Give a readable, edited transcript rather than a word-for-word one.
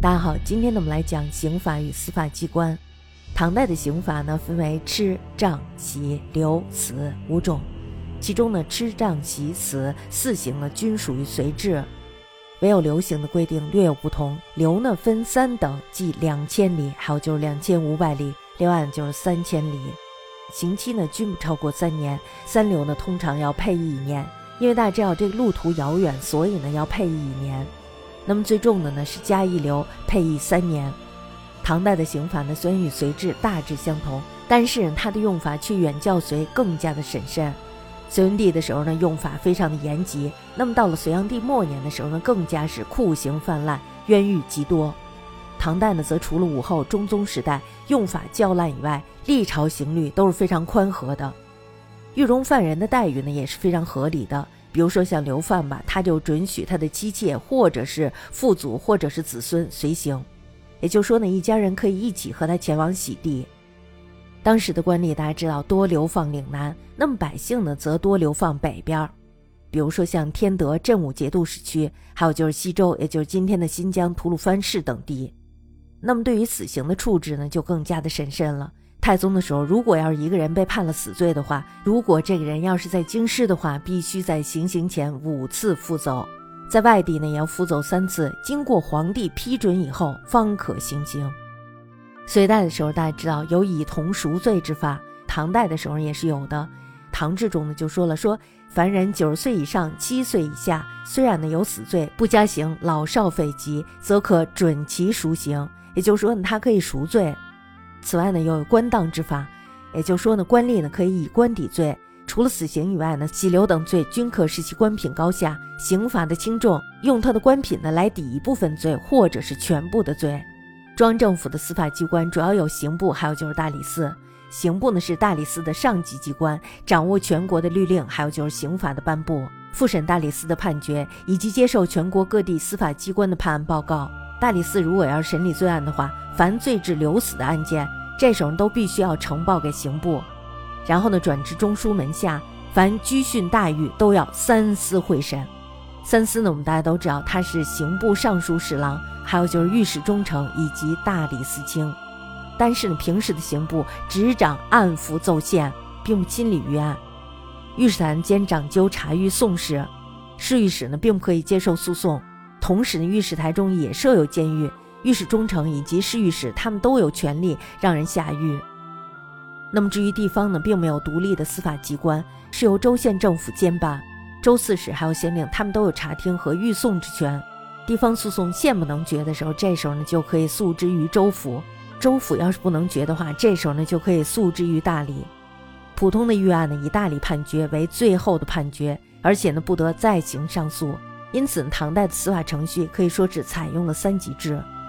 大家好，今天呢我们来讲刑法与司法机关。唐代的刑法呢分为笞、杖、袭、流、死5种，其中呢笞、杖、袭、死4刑呢均属于随制，唯有流刑的规定略有不同。流呢分3等，即2000里，还有就是2500里，另外就是3000里。刑期呢均不超过3年，3流呢通常要配役1年，因为大家知道这个路途遥远，所以呢要配役1年。那么最重的呢是加1流，配役3年。唐代的刑法呢虽然与隋制大致相同，但是它的用法却远较隋更加的审慎。隋文帝的时候呢用法非常的严极，那么到了隋炀帝末年的时候呢更加是酷刑泛滥，冤狱极多。唐代呢则除了武后、中宗时代用法较滥以外，历朝刑律都是非常宽和的，狱中犯人的待遇呢也是非常合理的。比如说像流犯吧，他就准许他的妻妾或者是父祖或者是子孙随行，也就是说呢一家人可以一起和他前往洗地。当时的官吏大家知道多流放岭南，那么百姓呢则多流放北边，比如说像天德、镇武节度使区，还有就是西周，也就是今天的新疆吐鲁番市等地。那么对于死刑的处置呢就更加的审慎了。太宗的时候，如果要是一个人被判了死罪的话，如果这个人要是在京师的话，必须在行刑前5次赴走，在外地呢也要赴走3次，经过皇帝批准以后方可行刑。隋代的时候大家知道有以同赎罪之法，唐代的时候也是有的。唐制中呢就说了，凡人90岁以上7岁以下，虽然呢有死罪，不加刑，老少匪及，则可准其赎刑，也就是说他可以赎罪。此外呢又有官当之法，也就是说呢官吏呢可以以官抵罪，除了死刑以外呢，洗流等罪均可视其官品高下，刑罚的轻重用他的官品呢来抵一部分罪或者是全部的罪。中央政府的司法机关主要有刑部，还有就是大理寺。刑部呢是大理寺的上级机关，掌握全国的律令，还有就是刑法的颁布，复审大理寺的判决，以及接受全国各地司法机关的判案报告。大理寺如果要审理罪案的话，凡罪至流死的案件，这时候都必须要呈报给刑部，然后呢转至中书门下，凡拘训大狱都要3司会审。3司呢我们大家都知道，它是刑部尚书侍郎，还有就是御史中丞以及大理寺卿。但是呢平时的刑部只掌案符奏宪，并不亲理狱案。御史坛兼掌纠察狱讼事，侍御史呢并不可以接受诉讼。同时呢御史台中也设有监狱，御史中丞以及侍御史他们都有权利让人下狱。那么至于地方呢并没有独立的司法机关，是由州县政府监办，州刺史还有县令他们都有查听和预讼之权。地方诉讼县不能决的时候，这时候呢就可以诉之于州府，州府要是不能决的话，这时候呢就可以诉之于大理。普通的狱案呢以大理判决为最后的判决，而且呢不得再行上诉。因此唐代的司法程序可以说只采用了3级制。